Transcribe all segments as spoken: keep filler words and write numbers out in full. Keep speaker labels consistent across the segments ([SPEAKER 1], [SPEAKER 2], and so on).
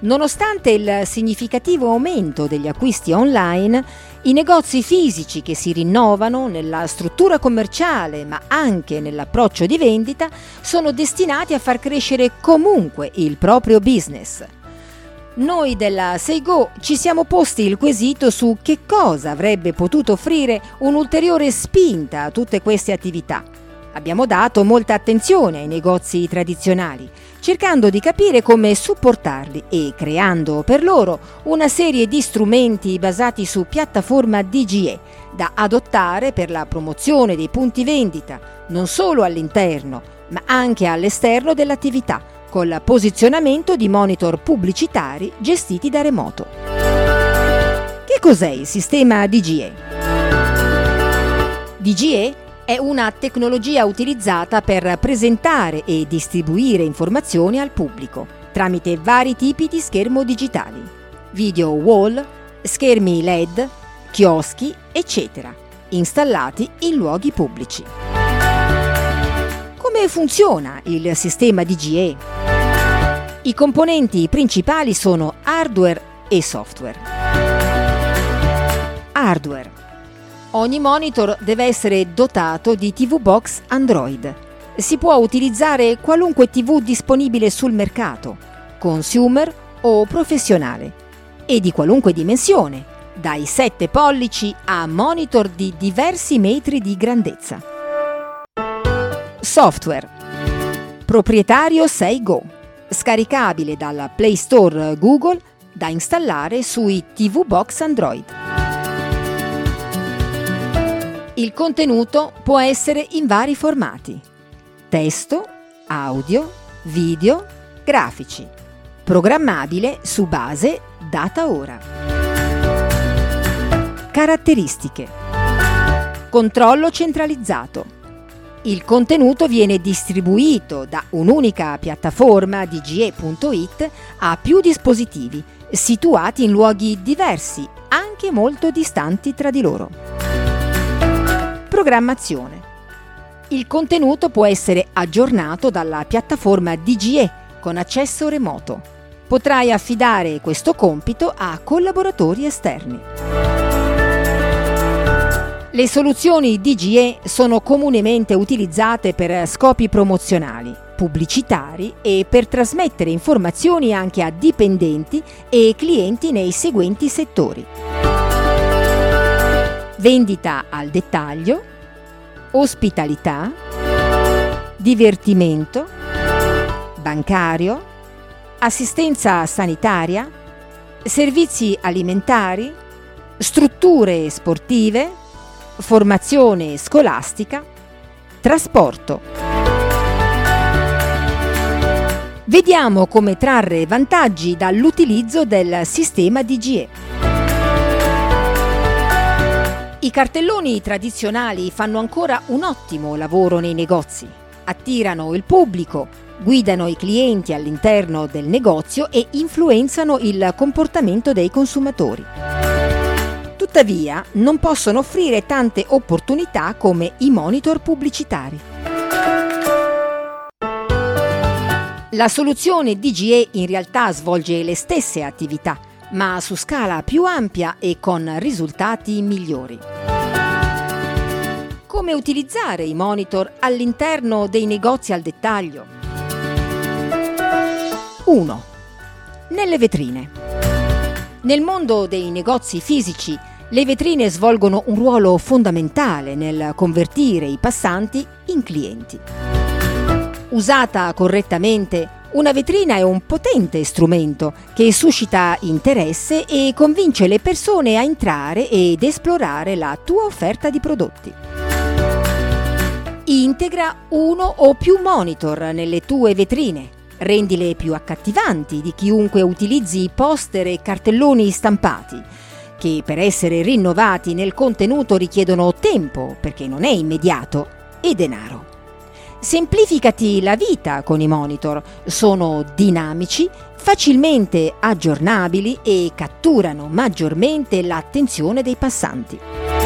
[SPEAKER 1] Nonostante il significativo aumento degli acquisti online, i negozi fisici che si rinnovano nella struttura commerciale ma anche nell'approccio di vendita sono destinati a far crescere comunque il proprio business. Noi della Seigo ci siamo posti il quesito su che cosa avrebbe potuto offrire un'ulteriore spinta a tutte queste attività. Abbiamo dato molta attenzione ai negozi tradizionali, cercando di capire come supportarli e creando per loro una serie di strumenti basati su piattaforma D G E da adottare per la promozione dei punti vendita, non solo all'interno, ma anche all'esterno dell'attività, col posizionamento di monitor pubblicitari gestiti da remoto. Che cos'è il sistema D G E? D G E è una tecnologia utilizzata per presentare e distribuire informazioni al pubblico tramite vari tipi di schermo digitali, video wall, schermi L E D, chioschi, eccetera, installati in luoghi pubblici. Come funziona il sistema D G E? I componenti principali sono hardware e software. Hardware. Ogni monitor deve essere dotato di T V Box Android. Si può utilizzare qualunque T V disponibile sul mercato, consumer o professionale, e di qualunque dimensione, dai sette pollici a monitor di diversi metri di grandezza. Software. Proprietario Seigo, scaricabile dalla Play Store Google, da installare sui T V Box Android. Il contenuto può essere in vari formati: testo, audio, video, grafici, programmabile su base data ora. Caratteristiche. Controllo centralizzato. Il contenuto viene distribuito da un'unica piattaforma D G E punto it a più dispositivi, situati in luoghi diversi, anche molto distanti tra di loro. Programmazione. Il contenuto può essere aggiornato dalla piattaforma D G E con accesso remoto. Potrai affidare questo compito a collaboratori esterni. Le soluzioni D G E sono comunemente utilizzate per scopi promozionali, pubblicitari e per trasmettere informazioni anche a dipendenti e clienti nei seguenti settori: vendita al dettaglio, ospitalità, divertimento, bancario, assistenza sanitaria, servizi alimentari, strutture sportive, formazione scolastica, trasporto. Vediamo come trarre vantaggi dall'utilizzo del sistema D G E. I cartelloni tradizionali fanno ancora un ottimo lavoro nei negozi. Attirano il pubblico, guidano i clienti all'interno del negozio e influenzano il comportamento dei consumatori. Tuttavia, non possono offrire tante opportunità come i monitor pubblicitari. La soluzione D G E in realtà svolge le stesse attività, ma su scala più ampia e con risultati migliori. Come utilizzare i monitor all'interno dei negozi al dettaglio? uno. Nelle vetrine. Nel mondo dei negozi fisici, le vetrine svolgono un ruolo fondamentale nel convertire i passanti in clienti. Usata correttamente, una vetrina è un potente strumento che suscita interesse e convince le persone a entrare ed esplorare la tua offerta di prodotti. Integra uno o più monitor nelle tue vetrine. Rendile più accattivanti di chiunque utilizzi poster e cartelloni stampati, che per essere rinnovati nel contenuto richiedono tempo, perché non è immediato, e denaro. Semplificati la vita con i monitor, sono dinamici, facilmente aggiornabili e catturano maggiormente l'attenzione dei passanti.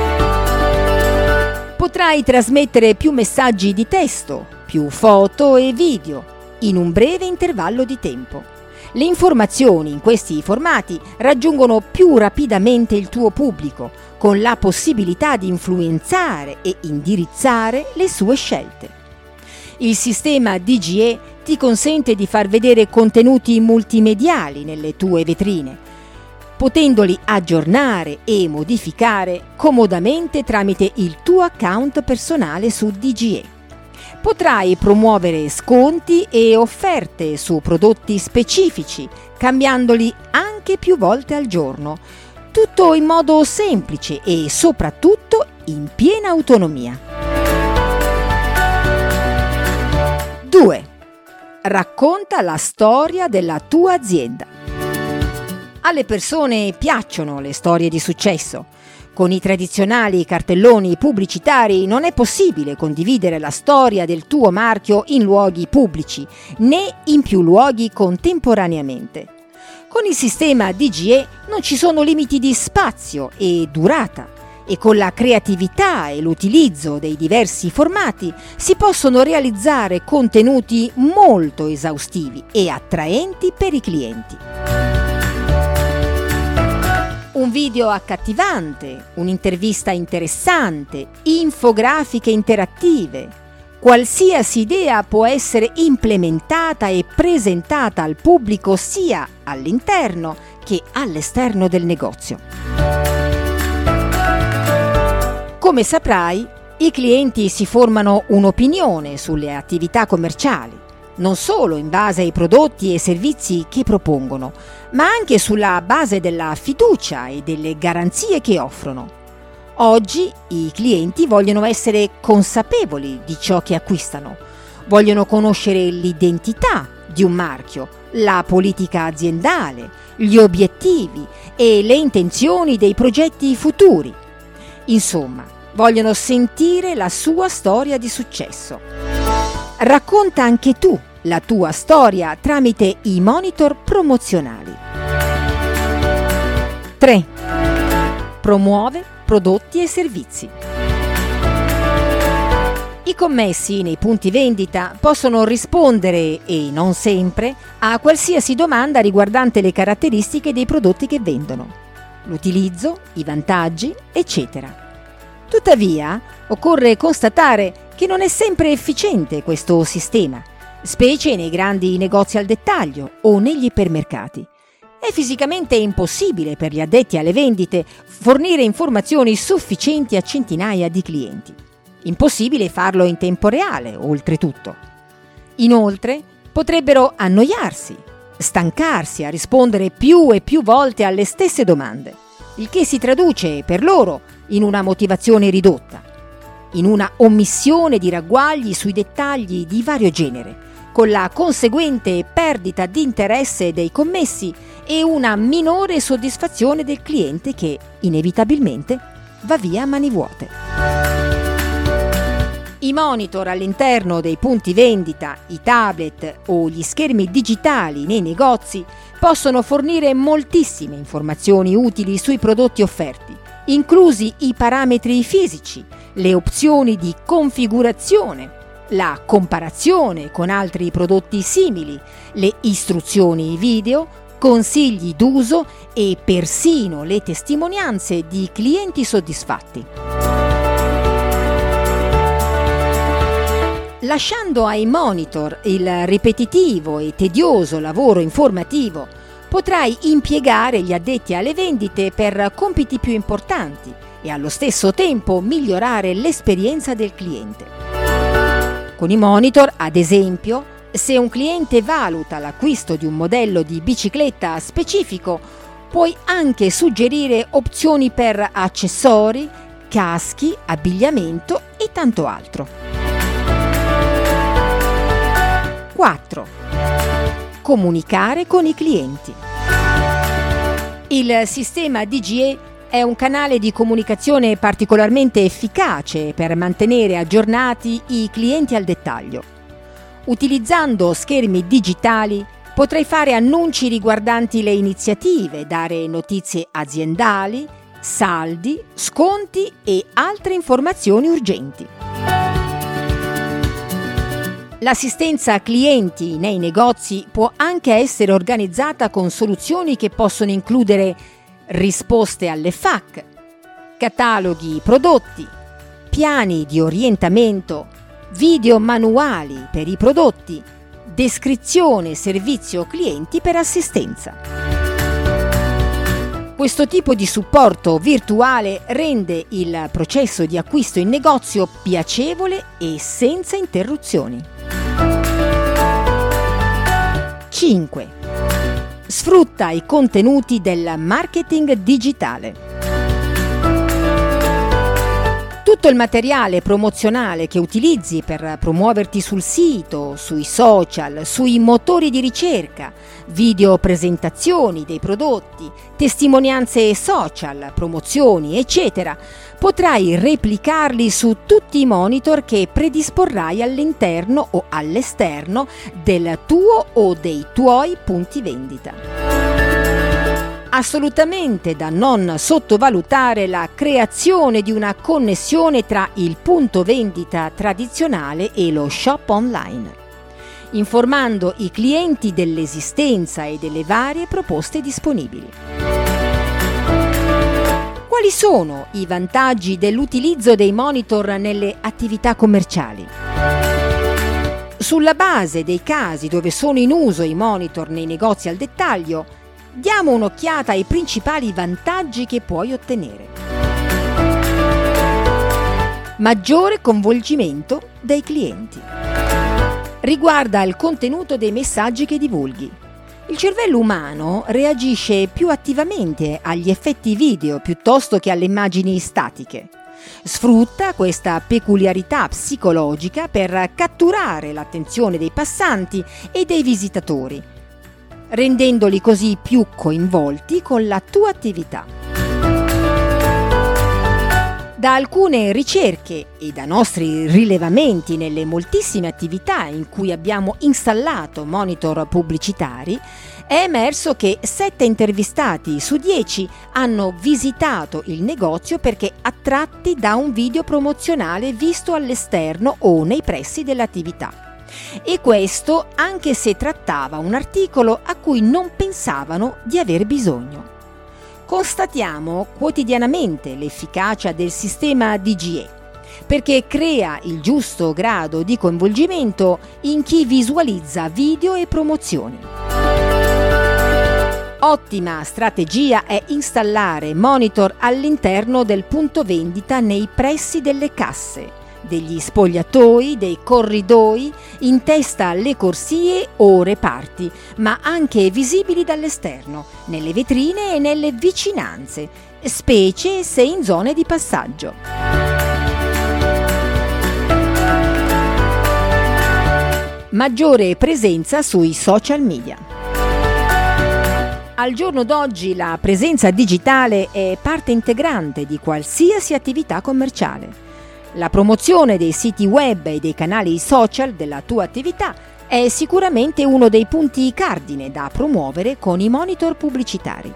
[SPEAKER 1] Potrai trasmettere più messaggi di testo, più foto e video, in un breve intervallo di tempo. Le informazioni in questi formati raggiungono più rapidamente il tuo pubblico, con la possibilità di influenzare e indirizzare le sue scelte. Il sistema D G E ti consente di far vedere contenuti multimediali nelle tue vetrine, potendoli aggiornare e modificare comodamente tramite il tuo account personale su D G E. Potrai promuovere sconti e offerte su prodotti specifici, cambiandoli anche più volte al giorno, tutto in modo semplice e soprattutto in piena autonomia. due. Racconta la storia della tua azienda. Alle persone piacciono le storie di successo. Con i tradizionali cartelloni pubblicitari non è possibile condividere la storia del tuo marchio in luoghi pubblici, né in più luoghi contemporaneamente. Con il sistema D G E non ci sono limiti di spazio e durata, e con la creatività e l'utilizzo dei diversi formati si possono realizzare contenuti molto esaustivi e attraenti per i clienti. Un video accattivante, un'intervista interessante, infografiche interattive. Qualsiasi idea può essere implementata e presentata al pubblico sia all'interno che all'esterno del negozio. Come saprai, i clienti si formano un'opinione sulle attività commerciali, non solo in base ai prodotti e servizi che propongono, ma anche sulla base della fiducia e delle garanzie che offrono. Oggi i clienti vogliono essere consapevoli di ciò che acquistano, vogliono conoscere l'identità di un marchio, la politica aziendale, gli obiettivi e le intenzioni dei progetti futuri. Insomma, vogliono sentire la sua storia di successo. Racconta anche tu la tua storia tramite i monitor promozionali. tre. Promuove prodotti e servizi. I commessi nei punti vendita possono rispondere, e non sempre, a qualsiasi domanda riguardante le caratteristiche dei prodotti che vendono, l'utilizzo, i vantaggi, eccetera. Tuttavia, occorre constatare che non è sempre efficiente questo sistema, specie nei grandi negozi al dettaglio o negli ipermercati. È fisicamente impossibile per gli addetti alle vendite fornire informazioni sufficienti a centinaia di clienti. Impossibile farlo in tempo reale, oltretutto. Inoltre, potrebbero annoiarsi, stancarsi a rispondere più e più volte alle stesse domande, il che si traduce per loro in una motivazione ridotta, in una omissione di ragguagli sui dettagli di vario genere, con la conseguente perdita di interesse dei commessi e una minore soddisfazione del cliente che, inevitabilmente, va via a mani vuote. I monitor all'interno dei punti vendita, i tablet o gli schermi digitali nei negozi possono fornire moltissime informazioni utili sui prodotti offerti, inclusi i parametri fisici, le opzioni di configurazione, la comparazione con altri prodotti simili, le istruzioni video, consigli d'uso e persino le testimonianze di clienti soddisfatti. Lasciando ai monitor il ripetitivo e tedioso lavoro informativo, potrai impiegare gli addetti alle vendite per compiti più importanti e allo stesso tempo migliorare l'esperienza del cliente. Con i monitor, ad esempio, se un cliente valuta l'acquisto di un modello di bicicletta specifico, puoi anche suggerire opzioni per accessori, caschi, abbigliamento e tanto altro. quattro. Comunicare con i clienti. Il sistema D G E è un canale di comunicazione particolarmente efficace per mantenere aggiornati i clienti al dettaglio. Utilizzando schermi digitali potrai fare annunci riguardanti le iniziative, dare notizie aziendali, saldi, sconti e altre informazioni urgenti. L'assistenza clienti nei negozi può anche essere organizzata con soluzioni che possono includere risposte alle F A Q, cataloghi prodotti, piani di orientamento, video manuali per i prodotti, descrizione servizio clienti per assistenza. Questo tipo di supporto virtuale rende il processo di acquisto in negozio piacevole e senza interruzioni. cinque. Sfrutta i contenuti del marketing digitale. Tutto il materiale promozionale che utilizzi per promuoverti sul sito, sui social, sui motori di ricerca, video presentazioni dei prodotti, testimonianze social, promozioni, eccetera, potrai replicarli su tutti i monitor che predisporrai all'interno o all'esterno del tuo o dei tuoi punti vendita. Assolutamente da non sottovalutare la creazione di una connessione tra il punto vendita tradizionale e lo shop online, informando i clienti dell'esistenza e delle varie proposte disponibili. Quali sono i vantaggi dell'utilizzo dei monitor nelle attività commerciali? Sulla base dei casi dove sono in uso i monitor nei negozi al dettaglio, diamo un'occhiata ai principali vantaggi che puoi ottenere. Maggiore coinvolgimento dei clienti. Riguarda il contenuto dei messaggi che divulghi. Il cervello umano reagisce più attivamente agli effetti video piuttosto che alle immagini statiche. Sfrutta questa peculiarità psicologica per catturare l'attenzione dei passanti e dei visitatori, rendendoli così più coinvolti con la tua attività. Da alcune ricerche e da nostri rilevamenti nelle moltissime attività in cui abbiamo installato monitor pubblicitari, è emerso che sette intervistati su dieci hanno visitato il negozio perché attratti da un video promozionale visto all'esterno o nei pressi dell'attività. E questo anche se trattava un articolo a cui non pensavano di aver bisogno. Constatiamo quotidianamente l'efficacia del sistema D G E, perché crea il giusto grado di coinvolgimento in chi visualizza video e promozioni. Ottima strategia è installare monitor all'interno del punto vendita nei pressi delle casse, degli spogliatoi, dei corridoi, in testa alle corsie o reparti, ma anche visibili dall'esterno, nelle vetrine e nelle vicinanze, specie se in zone di passaggio. Maggiore presenza sui social media. Al giorno d'oggi la presenza digitale è parte integrante di qualsiasi attività commerciale. La promozione dei siti web e dei canali social della tua attività è sicuramente uno dei punti cardine da promuovere con i monitor pubblicitari.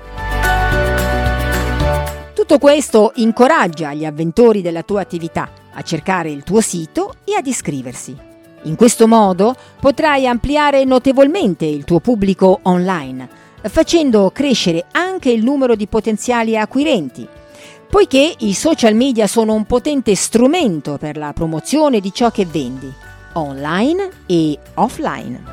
[SPEAKER 1] Tutto questo incoraggia gli avventori della tua attività a cercare il tuo sito e ad iscriversi. In questo modo potrai ampliare notevolmente il tuo pubblico online, facendo crescere anche il numero di potenziali acquirenti, poiché i social media sono un potente strumento per la promozione di ciò che vendi, online e offline.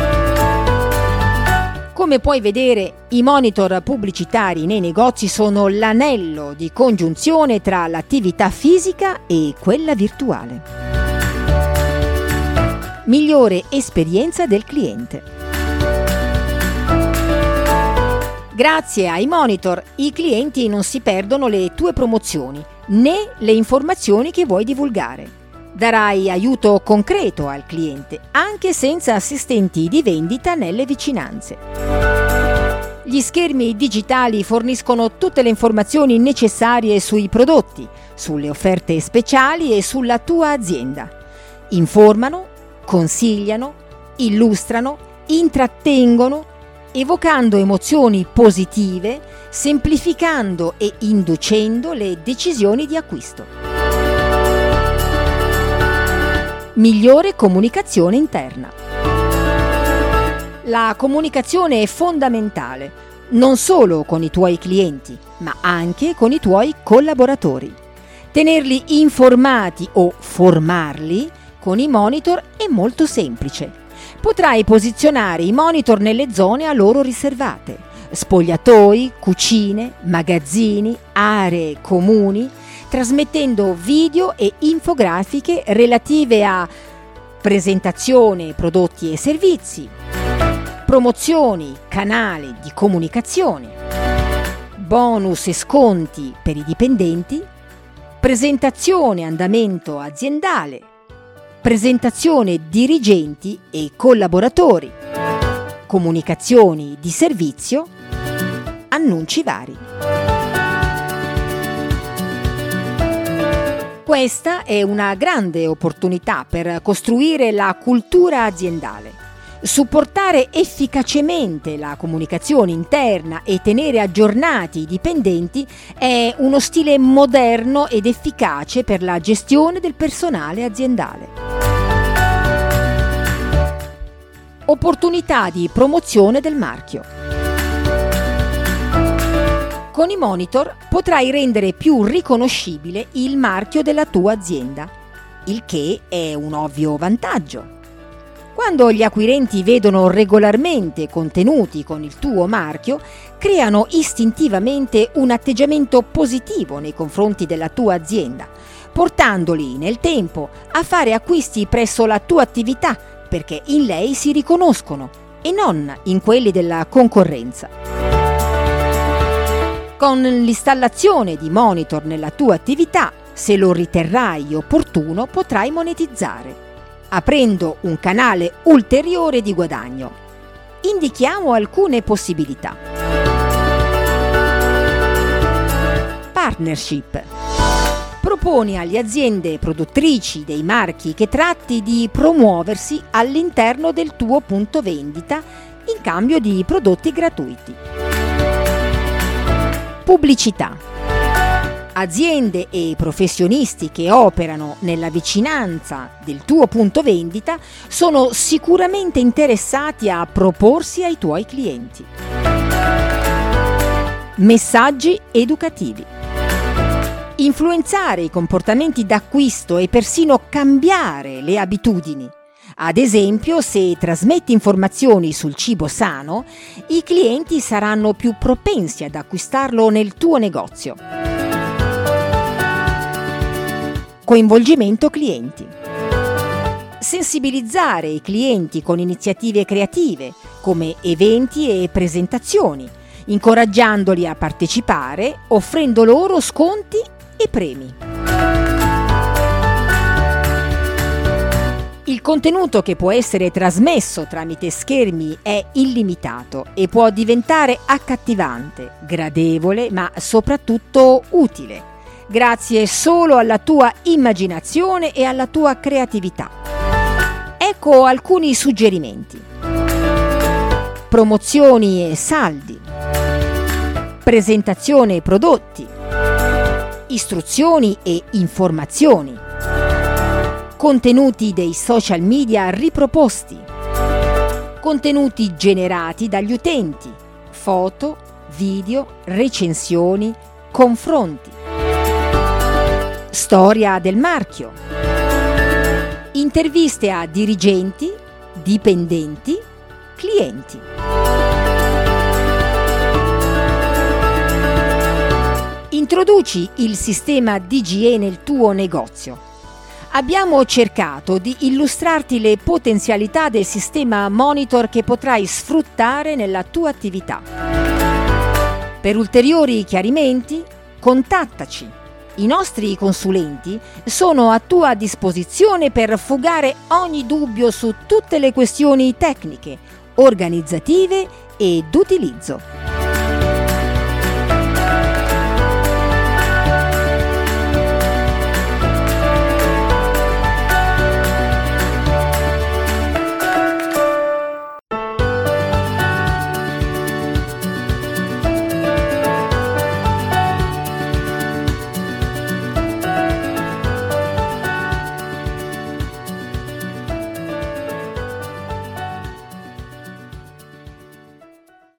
[SPEAKER 1] Come puoi vedere, i monitor pubblicitari nei negozi sono l'anello di congiunzione tra l'attività fisica e quella virtuale. Migliore esperienza del cliente. Grazie ai monitor, i clienti non si perdono le tue promozioni né le informazioni che vuoi divulgare. Darai aiuto concreto al cliente, anche senza assistenti di vendita nelle vicinanze. Gli schermi digitali forniscono tutte le informazioni necessarie sui prodotti, sulle offerte speciali e sulla tua azienda. Informano, consigliano, illustrano, intrattengono, evocando emozioni positive, semplificando e inducendo le decisioni di acquisto. migliore comunicazione interna. La comunicazione è fondamentale, non solo con i tuoi clienti, ma anche con i tuoi collaboratori. Tenerli informati o formarli con i monitor è molto semplice. Potrai posizionare i monitor nelle zone a loro riservate: spogliatoi, cucine, magazzini, aree comuni, trasmettendo video e infografiche relative a presentazione, prodotti e servizi, promozioni, canali di comunicazione, bonus e sconti per i dipendenti, presentazione andamento aziendale, presentazione dirigenti e collaboratori, comunicazioni di servizio, annunci vari. Questa è una grande opportunità per costruire la cultura aziendale. Supportare efficacemente la comunicazione interna e tenere aggiornati i dipendenti è uno stile moderno ed efficace per la gestione del personale aziendale. Opportunità di promozione del marchio. Con i monitor potrai rendere più riconoscibile il marchio della tua azienda, il che è un ovvio vantaggio. Quando gli acquirenti vedono regolarmente contenuti con il tuo marchio, creano istintivamente un atteggiamento positivo nei confronti della tua azienda, portandoli nel tempo a fare acquisti presso la tua attività, perché in lei si riconoscono e non in quelli della concorrenza. Con l'installazione di monitor nella tua attività, se lo riterrai opportuno, potrai monetizzare, aprendo un canale ulteriore di guadagno. Indichiamo alcune possibilità. Partnership. Proponi alle aziende produttrici dei marchi che tratti di promuoversi all'interno del tuo punto vendita in cambio di prodotti gratuiti. Pubblicità. Aziende e professionisti che operano nella vicinanza del tuo punto vendita sono sicuramente interessati a proporsi ai tuoi clienti. Messaggi educativi. Influenzare i comportamenti d'acquisto e persino cambiare le abitudini. Ad esempio, se trasmetti informazioni sul cibo sano, i clienti saranno più propensi ad acquistarlo nel tuo negozio. Coinvolgimento clienti. Sensibilizzare i clienti con iniziative creative, come eventi e presentazioni, incoraggiandoli a partecipare, offrendo loro sconti e premi. Il contenuto che può essere trasmesso tramite schermi è illimitato e può diventare accattivante, gradevole, ma soprattutto utile, grazie solo alla tua immaginazione e alla tua creatività. Ecco alcuni suggerimenti. Promozioni e saldi. Presentazione prodotti. Istruzioni e informazioni. Contenuti dei social media riproposti. Contenuti generati dagli utenti. Foto, video, recensioni, confronti. Storia del marchio. Interviste a dirigenti, dipendenti, clienti. Introduci il sistema D G E nel tuo negozio. Abbiamo cercato di illustrarti le potenzialità del sistema monitor che potrai sfruttare nella tua attività. Per ulteriori chiarimenti, contattaci. I nostri consulenti sono a tua disposizione per fugare ogni dubbio su tutte le questioni tecniche, organizzative e d'utilizzo.